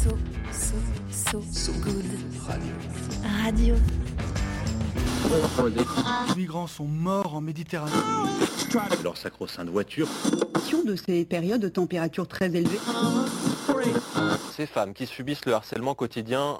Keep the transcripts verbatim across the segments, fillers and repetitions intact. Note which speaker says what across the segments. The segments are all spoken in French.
Speaker 1: So, so, so, so good. Radio.
Speaker 2: Les migrants sont morts en Méditerranée.
Speaker 3: Leur sacro-sainte voiture.
Speaker 4: De ces périodes de température très élevées.
Speaker 5: Ces femmes qui subissent le harcèlement quotidien.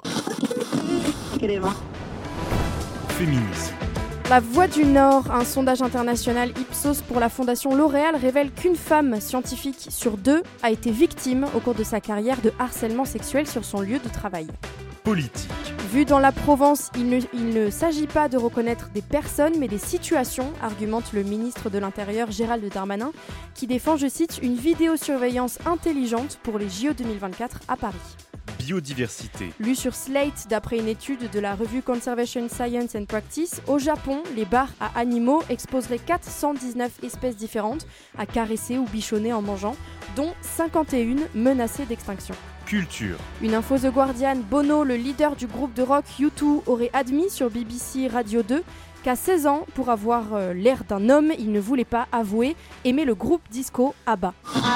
Speaker 6: Féminisme.
Speaker 7: La Voix du Nord, un sondage international Ipsos pour la Fondation L'Oréal révèle qu'une femme scientifique sur deux a été victime au cours de sa carrière de harcèlement sexuel sur son lieu de travail.
Speaker 6: Politique.
Speaker 7: Vu dans la Provence, il ne, il ne s'agit pas de reconnaître des personnes mais des situations, argumente le ministre de l'Intérieur Gérald Darmanin, qui défend, je cite, une vidéosurveillance intelligente pour les J O deux mille vingt-quatre à Paris.
Speaker 6: Biodiversité.
Speaker 7: Lu sur Slate, d'après une étude de la revue Conservation Science and Practice, au Japon, les bars à animaux exposeraient quatre cent dix-neuf espèces différentes à caresser ou bichonner en mangeant, dont cinquante et une menacées d'extinction.
Speaker 6: Culture.
Speaker 7: Une info The Guardian, Bono, le leader du groupe de rock U deux, aurait admis sur B B C Radio deux qu'à seize ans, pour avoir euh, l'air d'un homme, il ne voulait pas avouer aimer le groupe disco ABBA.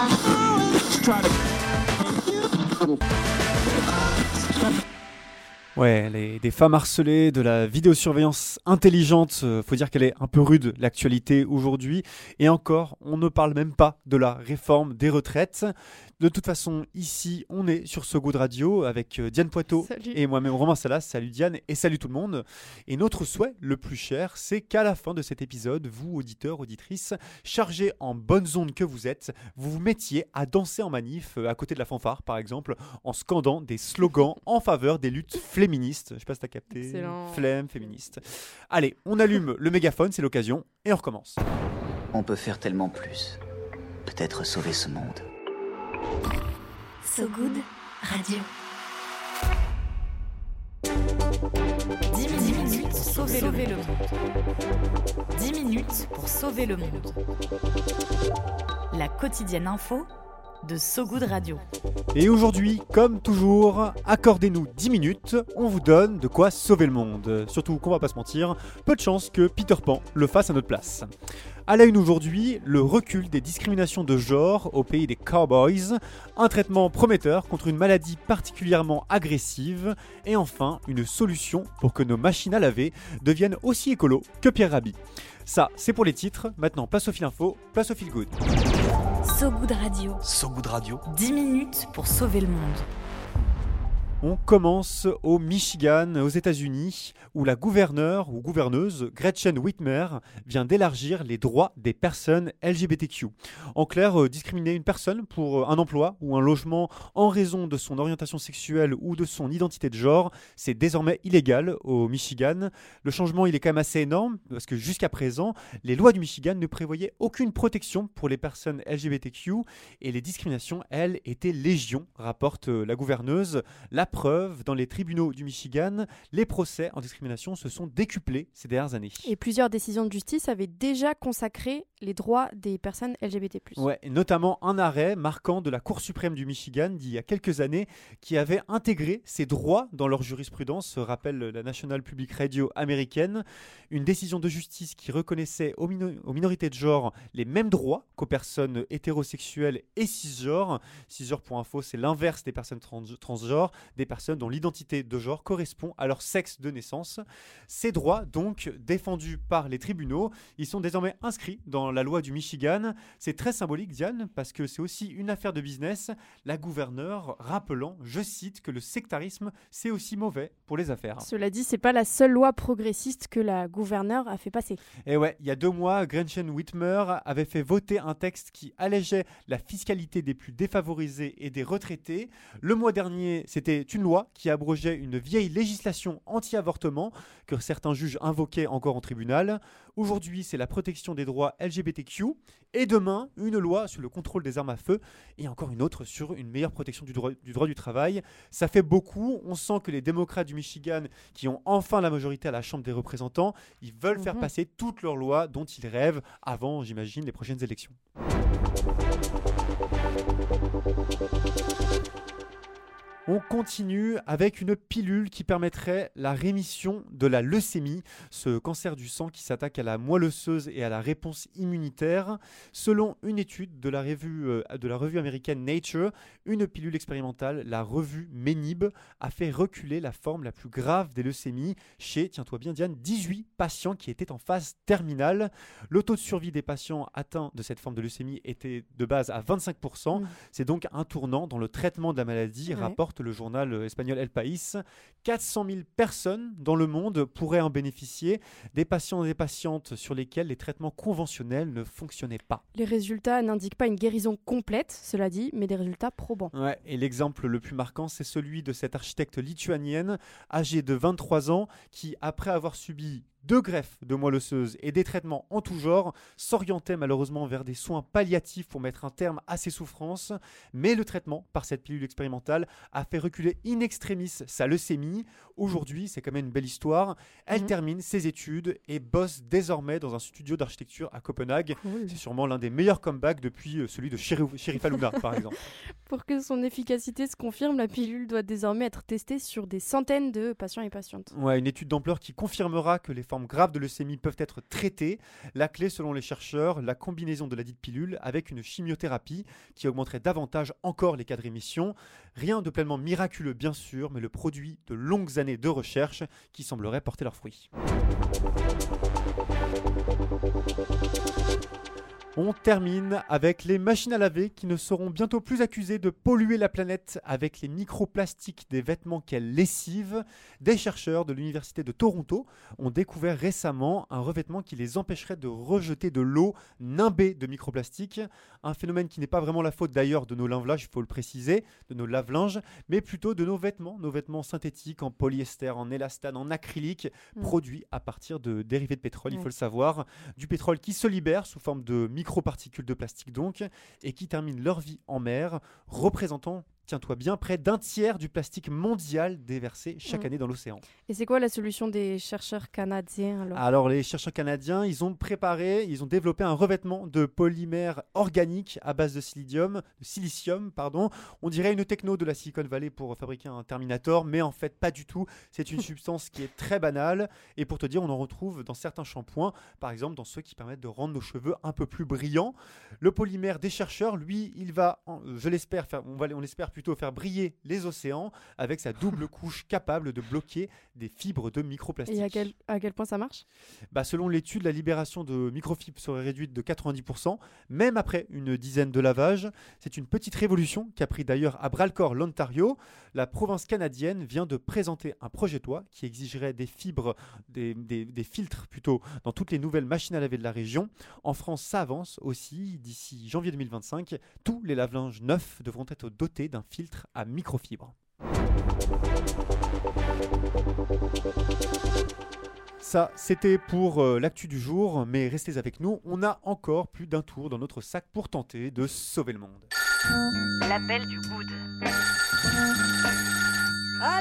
Speaker 8: Ouais, les, des femmes harcelées, de la vidéosurveillance intelligente, euh, faut dire qu'elle est un peu rude, l'actualité aujourd'hui. Et encore, on ne parle même pas de la réforme des retraites. De toute façon, ici, on est sur So Good Radio avec euh, Diane Poitot
Speaker 7: Salut.
Speaker 8: Et moi-même Romain Salas. Salut Diane et salut tout le monde. Et notre souhait le plus cher, c'est qu'à la fin de cet épisode, vous, auditeurs, auditrices, chargés en bonne zone que vous êtes, vous vous mettiez à danser en manif, euh, à côté de la fanfare par exemple, en scandant des slogans en faveur des luttes féministes. Je sais pas si t'as capté.
Speaker 7: Excellent.
Speaker 8: Flemme féministe. Allez, on allume le mégaphone, c'est l'occasion, et on recommence.
Speaker 9: On peut faire tellement plus. Peut-être sauver ce monde.
Speaker 1: So Good Radio. dix minutes pour sauver, sauver le monde. dix minutes pour sauver le monde. La quotidienne info de So Good Radio.
Speaker 8: Et aujourd'hui, comme toujours, accordez-nous dix minutes, on vous donne de quoi sauver le monde. Surtout qu'on va pas se mentir, peu de chance que Peter Pan le fasse à notre place. À la une aujourd'hui, le recul des discriminations de genre au pays des cowboys, un traitement prometteur contre une maladie particulièrement agressive, et enfin une solution pour que nos machines à laver deviennent aussi écolo que Pierre Rabhi. Ça, c'est pour les titres. Maintenant, place au fil info, place au fil good.
Speaker 1: So Good Radio.
Speaker 6: So Good Radio.
Speaker 1: dix minutes pour sauver le monde.
Speaker 8: On commence au Michigan, aux États-Unis, où la gouverneure ou gouverneuse Gretchen Whitmer vient d'élargir les droits des personnes L G B T Q. En clair, euh, discriminer une personne pour un emploi ou un logement en raison de son orientation sexuelle ou de son identité de genre, c'est désormais illégal au Michigan. Le changement, il est quand même assez énorme, parce que jusqu'à présent, les lois du Michigan ne prévoyaient aucune protection pour les personnes L G B T Q, et les discriminations, elles, étaient légion, rapporte euh, la gouverneuse. La preuve, dans les tribunaux du Michigan, les procès en discrimination se sont décuplés ces dernières années.
Speaker 7: Et plusieurs décisions de justice avaient déjà consacré les droits des personnes L G B T plus.
Speaker 8: Ouais, et notamment un arrêt marquant de la Cour suprême du Michigan d'il y a quelques années qui avait intégré ces droits dans leur jurisprudence, se rappelle la National Public Radio américaine. Une décision de justice qui reconnaissait aux, mino- aux minorités de genre les mêmes droits qu'aux personnes hétérosexuelles et cisgenres. Cisgenres, pour info, c'est l'inverse des personnes trans- transgenres, des personnes dont l'identité de genre correspond à leur sexe de naissance. Ces droits, donc, défendus par les tribunaux, ils sont désormais inscrits dans la loi du Michigan. C'est très symbolique, Diane, parce que c'est aussi une affaire de business, la gouverneure rappelant, je cite, que le sectarisme, c'est aussi mauvais pour les affaires.
Speaker 7: Cela dit, c'est pas la seule loi progressiste que la gouverneure a fait passer.
Speaker 8: Et ouais, il y a deux mois, Gretchen Whitmer avait fait voter un texte qui allégeait la fiscalité des plus défavorisés et des retraités. Le mois dernier, c'était une loi qui abrogeait une vieille législation anti-avortement que certains juges invoquaient encore en tribunal. Aujourd'hui, c'est la protection des droits L G B T Q. Et demain, une loi sur le contrôle des armes à feu et encore une autre sur une meilleure protection du droit du, droit du travail. Ça fait beaucoup. On sent que les démocrates du Michigan, qui ont enfin la majorité à la Chambre des représentants, ils veulent mmh. faire passer toutes leurs lois dont ils rêvent avant, j'imagine, les prochaines élections. On continue avec une pilule qui permettrait la rémission de la leucémie, ce cancer du sang qui s'attaque à la moelle osseuse et à la réponse immunitaire. Selon une étude de la revue, euh, de la revue américaine Nature, une pilule expérimentale, la revue Ménib, a fait reculer la forme la plus grave des leucémies chez, tiens-toi bien Diane, dix-huit patients qui étaient en phase terminale. Le taux de survie des patients atteints de cette forme de leucémie était de base à vingt-cinq pour cent. Mmh. C'est donc un tournant dans le traitement de la maladie, ouais. rapporte le journal espagnol El País. quatre cent mille personnes dans le monde pourraient en bénéficier, des patients et des patientes sur lesquels les traitements conventionnels ne fonctionnaient pas.
Speaker 7: Les résultats n'indiquent pas une guérison complète, cela dit, mais des résultats probants.
Speaker 8: Ouais, et l'exemple le plus marquant, c'est celui de cette architecte lituanienne âgée de vingt-trois ans qui, après avoir subi deux greffes de moelle osseuse et des traitements en tout genre, s'orientait malheureusement vers des soins palliatifs pour mettre un terme à ses souffrances. Mais le traitement par cette pilule expérimentale a fait reculer in extremis sa leucémie. Aujourd'hui, c'est quand même une belle histoire. Elle mmh. termine ses études et bosse désormais dans un studio d'architecture à Copenhague. Cool. C'est sûrement l'un des meilleurs comebacks depuis celui de Sheriff Aluna, par exemple.
Speaker 7: Pour que son efficacité se confirme, la pilule doit désormais être testée sur des centaines de patients et patientes.
Speaker 8: Ouais, une étude d'ampleur qui confirmera que les formes graves de leucémie peuvent être traitées. La clé, selon les chercheurs, la combinaison de la dite pilule avec une chimiothérapie qui augmenterait davantage encore les cas de rémission. Rien de pleinement miraculeux, bien sûr, mais le produit de longues années de recherche qui semblerait porter leurs fruits. On termine avec les machines à laver qui ne seront bientôt plus accusées de polluer la planète avec les microplastiques des vêtements qu'elles lessivent. Des chercheurs de l'université de Toronto ont découvert récemment un revêtement qui les empêcherait de rejeter de l'eau nimbée de microplastiques. Un phénomène qui n'est pas vraiment la faute d'ailleurs de nos lave-linges, il faut le préciser, de nos lave-linges, mais plutôt de nos vêtements, nos vêtements synthétiques en polyester, en élastane, en acrylique, mmh. produits à partir de dérivés de pétrole, mmh. il faut le savoir. Du pétrole qui se libère sous forme de microparticules de plastique donc, et qui terminent leur vie en mer, représentant, tiens-toi bien, près d'un tiers du plastique mondial déversé chaque mmh. année dans l'océan.
Speaker 7: Et c'est quoi la solution des chercheurs canadiens alors ?
Speaker 8: Alors les chercheurs canadiens, ils ont préparé, ils ont développé un revêtement de polymère organique à base de silicium, de silicium, pardon. On dirait une techno de la Silicon Valley pour fabriquer un Terminator, mais en fait pas du tout. C'est une substance qui est très banale, et pour te dire, on en retrouve dans certains shampoings, par exemple dans ceux qui permettent de rendre nos cheveux un peu plus brillants. Le polymère des chercheurs, lui, il va, je l'espère, faire, on va, on espère plutôt faire briller les océans avec sa double couche capable de bloquer des fibres de microplastiques.
Speaker 7: Et à quel, à quel point ça marche ?
Speaker 8: Bah, selon l'étude, la libération de microfibres serait réduite de quatre-vingt-dix pour cent, même après une dizaine de lavages. C'est une petite révolution qui a pris d'ailleurs à bras-le-corps l'Ontario. La province canadienne vient de présenter un projet de loi qui exigerait des fibres, des, des, des filtres plutôt, dans toutes les nouvelles machines à laver de la région. En France, ça avance aussi. D'ici janvier deux mille vingt-cinq, tous les lave-linges neufs devront être dotés d'un filtre à microfibres. Ça, c'était pour euh, l'actu du jour, mais restez avec nous, on a encore plus d'un tour dans notre sac pour tenter de sauver le monde.
Speaker 1: L'appel du good.
Speaker 10: Allô ?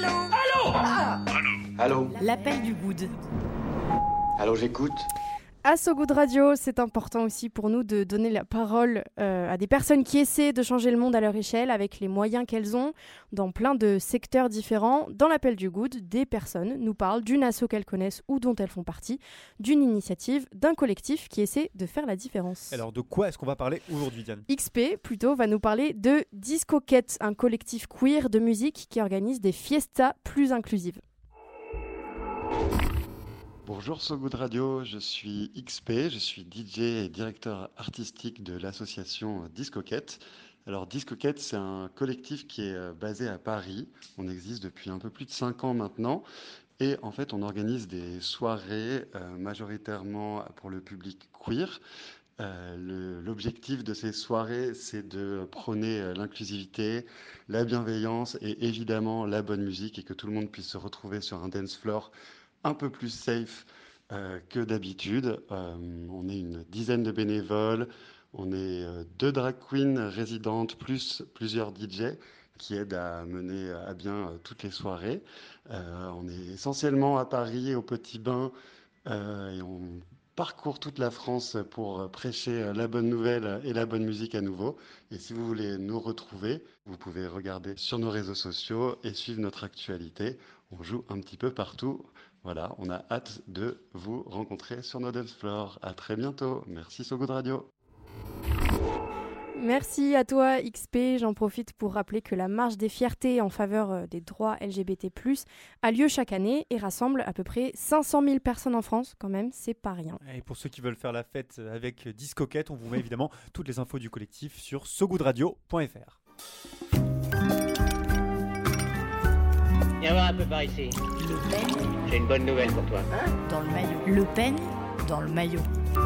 Speaker 10: Allô ?
Speaker 11: Ah Allô ? Allô ?
Speaker 1: L'appel du good.
Speaker 11: Allô, j'écoute.
Speaker 7: À So Good Radio, c'est important aussi pour nous de donner la parole euh, à des personnes qui essaient de changer le monde à leur échelle avec les moyens qu'elles ont dans plein de secteurs différents. Dans l'appel du good, des personnes nous parlent d'une asso qu'elles connaissent ou dont elles font partie, d'une initiative, d'un collectif qui essaie de faire la différence.
Speaker 8: Alors de quoi est-ce qu'on va parler aujourd'hui, Diane ?
Speaker 7: X P, plutôt, va nous parler de Discoquette, un collectif queer de musique qui organise des fiestas plus inclusives.
Speaker 12: Bonjour So Good Radio, je suis X P, je suis D J et directeur artistique de l'association Discoquette. Alors Discoquette, c'est un collectif qui est basé à Paris. On existe depuis un peu plus de cinq ans maintenant. Et en fait, on organise des soirées euh, majoritairement pour le public queer. Euh, le, l'objectif de ces soirées, c'est de prôner euh, l'inclusivité, la bienveillance et évidemment la bonne musique et que tout le monde puisse se retrouver sur un dance floor un peu plus safe euh, que d'habitude. Euh, on est une dizaine de bénévoles, on est euh, deux drag queens résidentes plus plusieurs D J qui aident à mener à bien euh, toutes les soirées. Euh, on est essentiellement à Paris, au Petit Bain, euh, et on parcourt toute la France pour prêcher la bonne nouvelle et la bonne musique à nouveau. Et si vous voulez nous retrouver, vous pouvez regarder sur nos réseaux sociaux et suivre notre actualité. On joue un petit peu partout. Voilà, on a hâte de vous rencontrer sur nos dance floors. À très bientôt. Merci So Good Radio.
Speaker 7: Merci à toi X P, j'en profite pour rappeler que la marche des fiertés en faveur des droits L G B T plus, a lieu chaque année et rassemble à peu près cinq cent mille personnes en France, quand même, c'est pas rien.
Speaker 8: Et pour ceux qui veulent faire la fête avec Discoquette, on vous met évidemment toutes les infos du collectif sur so good radio point f r.
Speaker 13: Viens voir un peu par ici.
Speaker 1: Le peigne.
Speaker 13: J'ai une bonne nouvelle pour toi.
Speaker 1: Hein ? Dans le maillot. Le peigne dans le maillot.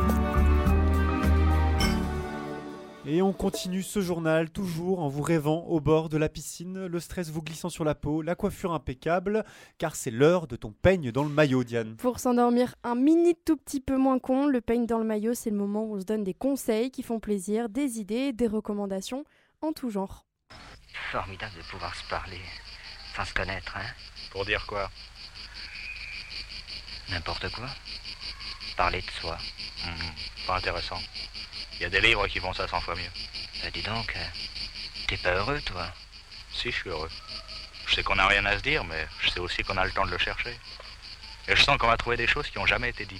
Speaker 8: Et on continue ce journal toujours en vous rêvant au bord de la piscine, le stress vous glissant sur la peau, la coiffure impeccable, car c'est l'heure de ton peigne dans le maillot, Diane.
Speaker 7: Pour s'endormir un mini tout petit peu moins con, le peigne dans le maillot, c'est le moment où on se donne des conseils qui font plaisir, des idées, des recommandations en tout genre.
Speaker 14: Formidable de pouvoir se parler, sans se connaître, hein.
Speaker 15: Pour dire quoi ?
Speaker 14: N'importe quoi. Parler de soi.
Speaker 15: Mmh, pas intéressant. Il y a des livres qui font ça cent fois mieux.
Speaker 14: Bah dis donc, euh, t'es pas heureux, toi ?
Speaker 15: Si, je suis heureux. Je sais qu'on n'a rien à se dire, mais je sais aussi qu'on a le temps de le chercher. Et je sens qu'on va trouver des choses qui n'ont jamais été dites.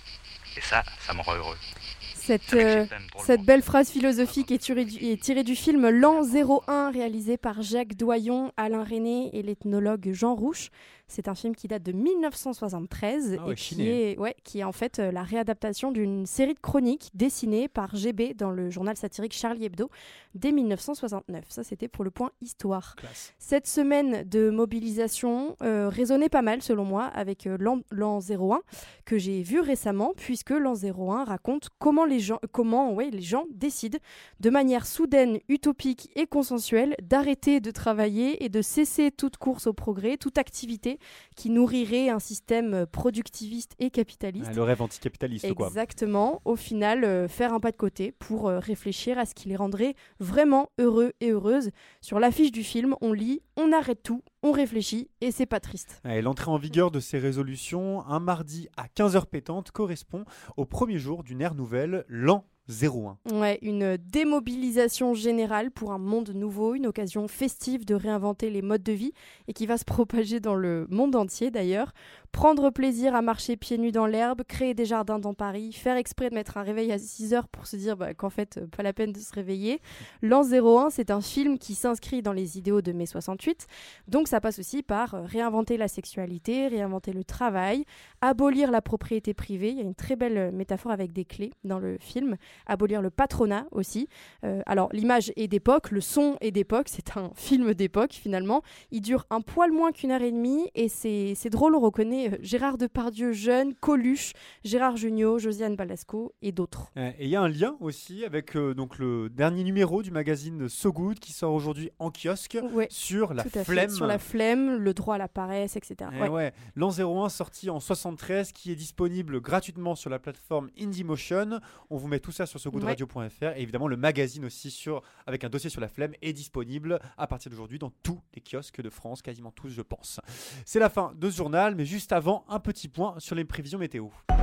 Speaker 15: Et ça, ça me rend heureux.
Speaker 7: Cette, euh, cette belle phrase philosophique est tirée, du, est tirée du film L'an zéro un, réalisé par Jacques Doyon, Alain René et l'ethnologue Jean Rouch. C'est un film qui date de dix-neuf cent soixante-treize
Speaker 8: ah ouais,
Speaker 7: et qui est, ouais, qui est en fait euh, la réadaptation d'une série de chroniques dessinées par G B dans le journal satirique Charlie Hebdo dès dix-neuf cent soixante-neuf. Ça, c'était pour le point histoire.
Speaker 8: Classe.
Speaker 7: Cette semaine de mobilisation euh, résonnait pas mal, selon moi, avec euh, l'an, l'an zéro un que j'ai vu récemment, puisque l'an zéro un raconte comment les gens, comment, ouais, les gens décident de manière soudaine, utopique et consensuelle d'arrêter de travailler et de cesser toute course au progrès, toute activité qui nourrirait un système productiviste et capitaliste.
Speaker 8: Ah, le rêve anticapitaliste,
Speaker 7: Exactement.
Speaker 8: quoi.
Speaker 7: Exactement. Au final, euh, faire un pas de côté pour euh, réfléchir à ce qui les rendrait vraiment heureux et heureuses. Sur l'affiche du film, on lit « On arrête tout, on réfléchit et c'est pas triste ».
Speaker 8: Et l'entrée en vigueur de ces résolutions, un mardi à quinze heures pétantes, correspond au premier jour d'une ère nouvelle, l'an zéro un.
Speaker 7: Ouais, une démobilisation générale pour un monde nouveau, une occasion festive de réinventer les modes de vie et qui va se propager dans le monde entier d'ailleurs. Prendre plaisir à marcher pieds nus dans l'herbe, créer des jardins dans Paris, faire exprès de mettre un réveil à six heures pour se dire bah, qu'en fait, pas la peine de se réveiller. L'an zéro un, c'est un film qui s'inscrit dans les idéaux de mai soixante-huit, donc ça passe aussi par réinventer la sexualité, réinventer le travail, abolir la propriété privée. Il y a une très belle métaphore avec des clés dans le film. Abolir le patronat aussi. Euh, alors, l'image est d'époque, le son est d'époque, c'est un film d'époque finalement. Il dure un poil moins qu'une heure et demie et c'est, c'est drôle, on reconnaît euh, Gérard Depardieu jeune, Coluche, Gérard Jugnot, Josiane Balasco et d'autres.
Speaker 8: Et il y a un lien aussi avec euh, donc, le dernier numéro du magazine So Good qui sort aujourd'hui en kiosque
Speaker 7: ouais,
Speaker 8: sur la
Speaker 7: flemme.
Speaker 8: Fait,
Speaker 7: sur la flemme, le droit à la paresse, et cetera.
Speaker 8: Ouais.
Speaker 7: Ouais.
Speaker 8: L'an zéro un sorti en soixante-treize qui est disponible gratuitement sur la plateforme IndyMotion. On vous met tout ça sur so good radio point f r et évidemment le magazine aussi sur, avec un dossier sur la flemme est disponible à partir d'aujourd'hui dans tous les kiosques de France, quasiment tous je pense. C'est la fin de ce journal, mais juste avant un petit point sur les prévisions météo.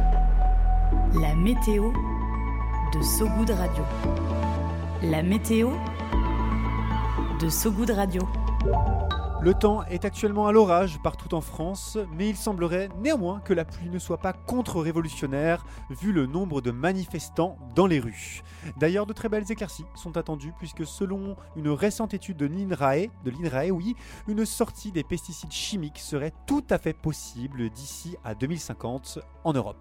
Speaker 1: La météo de So Good Radio. La météo de So Good Radio.
Speaker 8: Le temps est actuellement à l'orage partout en France, mais il semblerait néanmoins que la pluie ne soit pas contre-révolutionnaire vu le nombre de manifestants dans les rues. D'ailleurs, de très belles éclaircies sont attendues puisque selon une récente étude de l'INRAE, de l'INRAE, oui, une sortie des pesticides chimiques serait tout à fait possible d'ici à deux mille cinquante en Europe.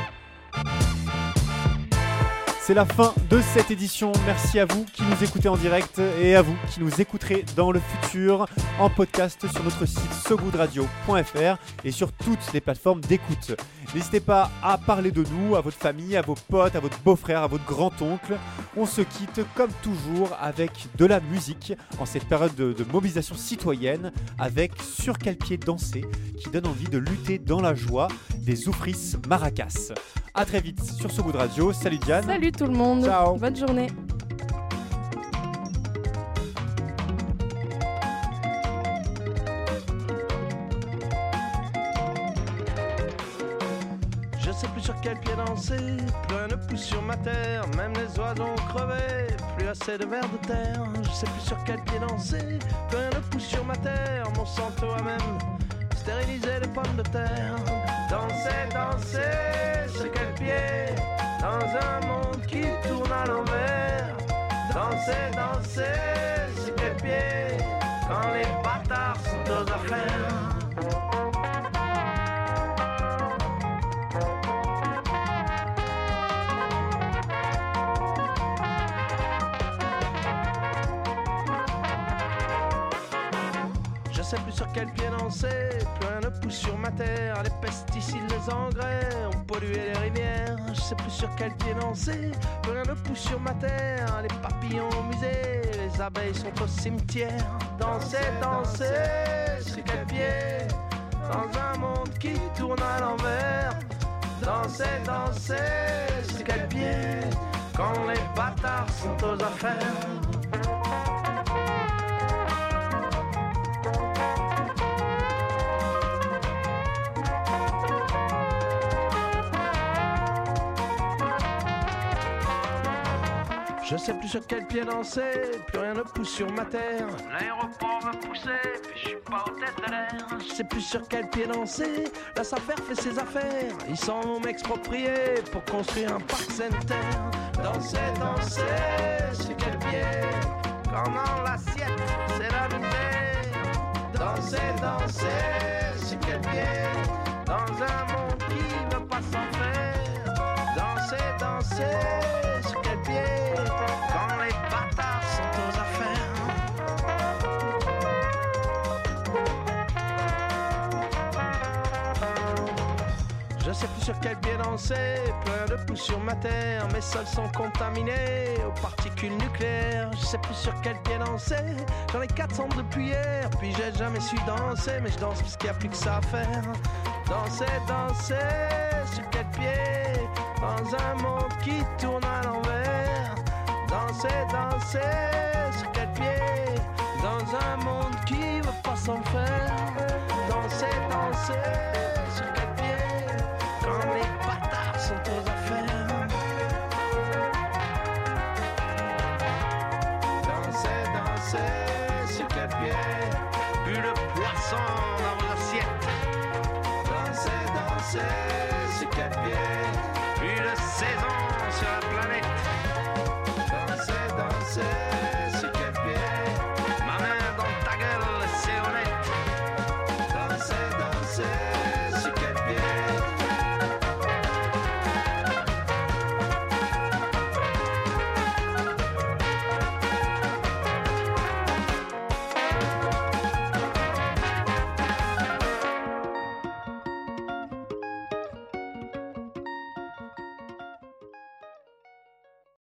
Speaker 8: C'est la fin de cette édition. Merci à vous qui nous écoutez en direct et à vous qui nous écouterez dans le futur en podcast sur notre site so good radio point f r et sur toutes les plateformes d'écoute. N'hésitez pas à parler de nous, à votre famille, à vos potes, à votre beau-frère, à votre grand-oncle. On se quitte comme toujours avec de la musique en cette période de, de mobilisation citoyenne avec Sur quel pied danser qui donne envie de lutter dans la joie des Oufris Maracas. A très vite sur So Good Radio. Salut Diane.
Speaker 7: Salut tout le monde.
Speaker 8: Ciao.
Speaker 7: Bonne journée.
Speaker 16: Je sais plus sur quel pied danser, plus rien ne pousse sur ma terre, même les oiseaux ont crevé, plus assez de vers de terre. Je sais plus sur quel pied danser, plus rien ne pousse sur ma terre, Monsanto a même stérilisé les pommes de terre. Danser, danser, sur quel pied, dans un monde qui tourne à l'envers. Danser, danser, sur quel pied, quand les bâtards sont aux affaires. Je sais plus sur quel pied danser, plus rien ne pousse sur ma terre. Les pesticides, les engrais ont pollué les rivières. Je sais plus sur quel pied danser, plus rien ne pousse sur ma terre. Les papillons au musée, les abeilles sont au cimetière. Danser, danser, sur quel pied, dans un monde qui tourne à l'envers. Danser, danser, sur quel pied, quand les bâtards sont aux affaires. Je sais plus sur quel pied danser, plus rien ne pousse sur ma terre. L'aéroport veut pousser, puis je suis pas au tête de l'air. Je sais plus sur quel pied danser, la Safer fait ses affaires. Ils s'en vont m'exproprier pour construire un parc center. Danser, danser, sur quel pied, quand dans l'assiette c'est la misère. Danser, danser, sur quel pied, dans un monde qui veut pas s'en faire. Danser, danser, sur quel pied, quand les bâtards sont aux affaires. Je sais plus sur quel pied danser, plus rien ne pousse sur ma terre. Mes sols sont contaminés aux particules nucléaires. Je sais plus sur quel pied danser, j'en ai quatre cents depuis hier. Puis j'ai jamais su danser, mais je danse puisqu'il n'y a plus que ça à faire. Danser, danser, sur quel pied, dans un monde qui tourne à l'envers. Danser, danser, sur quel pied, dans un monde qui veut pas s'en faire. Danser, danser, sur quel pied, quand les bâtards sont aux affaires. Danser, danser, sur quel pied, plus le poisson dans vos assiettes. Danser, danser, sur quel pied, plus de saison sur la planète. Danser, danser.